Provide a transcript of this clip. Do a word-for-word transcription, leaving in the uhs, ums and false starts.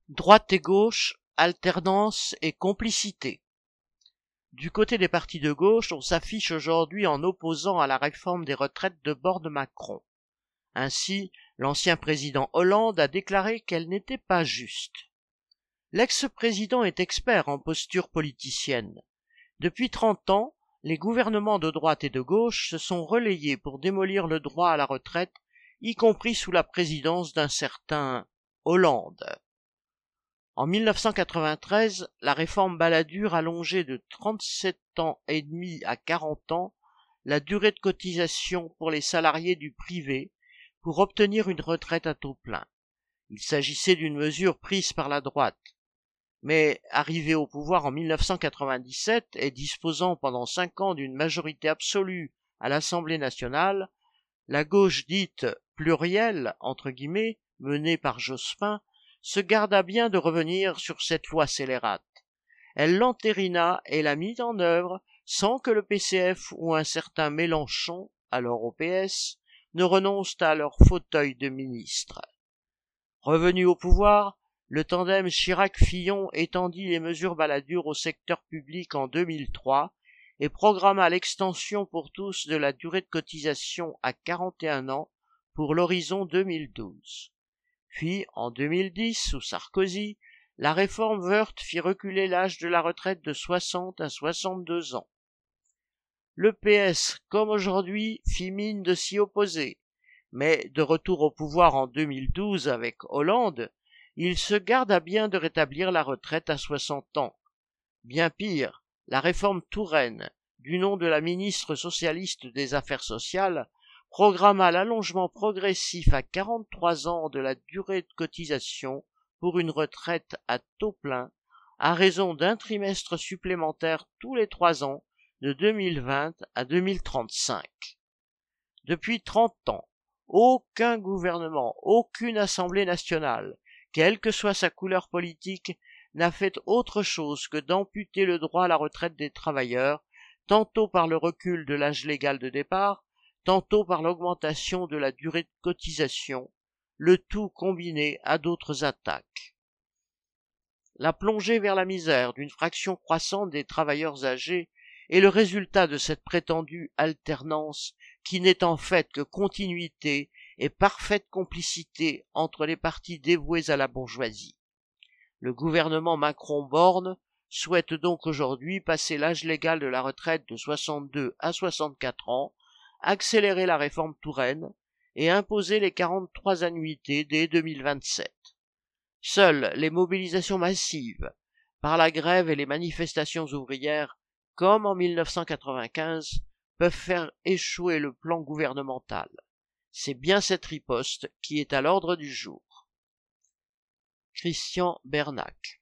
Droite et gauche, alternance et complicité. Du côté des partis de gauche, on s'affiche aujourd'hui en opposant à la réforme des retraites de bord de Macron. Ainsi, l'ancien président Hollande a déclaré qu'elle n'était pas juste. L'ex-président est expert en posture politicienne. Depuis trente ans, les gouvernements de droite et de gauche se sont relayés pour démolir le droit à la retraite, y compris sous la présidence d'un certain Hollande. En mille neuf cent quatre-vingt-treize, la réforme Balladur allongeait de trente-sept ans et demi à quarante ans la durée de cotisation pour les salariés du privé pour obtenir une retraite à taux plein. Il s'agissait d'une mesure prise par la droite. Mais arrivé au pouvoir en mille neuf cent quatre-vingt-dix-sept et disposant pendant cinq ans d'une majorité absolue à l'Assemblée nationale, la gauche dite plurielle, entre guillemets, menée par Jospin, se garda bien de revenir sur cette loi scélérate. Elle l'entérina et la mit en œuvre sans que le P C F ou un certain Mélenchon, alors au P S, ne renoncent à leur fauteuil de ministre. Revenu au pouvoir, le tandem Chirac-Fillon étendit les mesures Balladur au secteur public en deux mille trois et programma l'extension pour tous de la durée de cotisation à quarante et un ans pour l'horizon deux mille douze. Puis, en deux mille dix, sous Sarkozy, la réforme Woerth fit reculer l'âge de la retraite de soixante à soixante-deux ans. Le P S, comme aujourd'hui, fit mine de s'y opposer, mais de retour au pouvoir en deux mille douze avec Hollande, il se garda bien de rétablir la retraite à soixante ans. Bien pire, la réforme Touraine, du nom de la ministre socialiste des Affaires sociales, programma l'allongement progressif à quarante-trois ans de la durée de cotisation pour une retraite à taux plein, à raison d'un trimestre supplémentaire tous les trois ans, de deux mille vingt à deux mille trente-cinq. Depuis trente ans, aucun gouvernement, aucune Assemblée nationale, quelle que soit sa couleur politique, n'a fait autre chose que d'amputer le droit à la retraite des travailleurs, tantôt par le recul de l'âge légal de départ, tantôt par l'augmentation de la durée de cotisation, le tout combiné à d'autres attaques. La plongée vers la misère d'une fraction croissante des travailleurs âgés est le résultat de cette prétendue alternance qui n'est en fait que continuité et parfaite complicité entre les partis dévoués à la bourgeoisie. Le gouvernement Macron-Borne souhaite donc aujourd'hui passer l'âge légal de la retraite de soixante-deux à soixante-quatre ans, accélérer la réforme Touraine et imposer les quarante-trois annuités dès deux mille vingt-sept. Seules les mobilisations massives, par la grève et les manifestations ouvrières, comme en mille neuf cent quatre-vingt-quinze, peuvent faire échouer le plan gouvernemental. C'est bien cette riposte qui est à l'ordre du jour. Christian Bernac.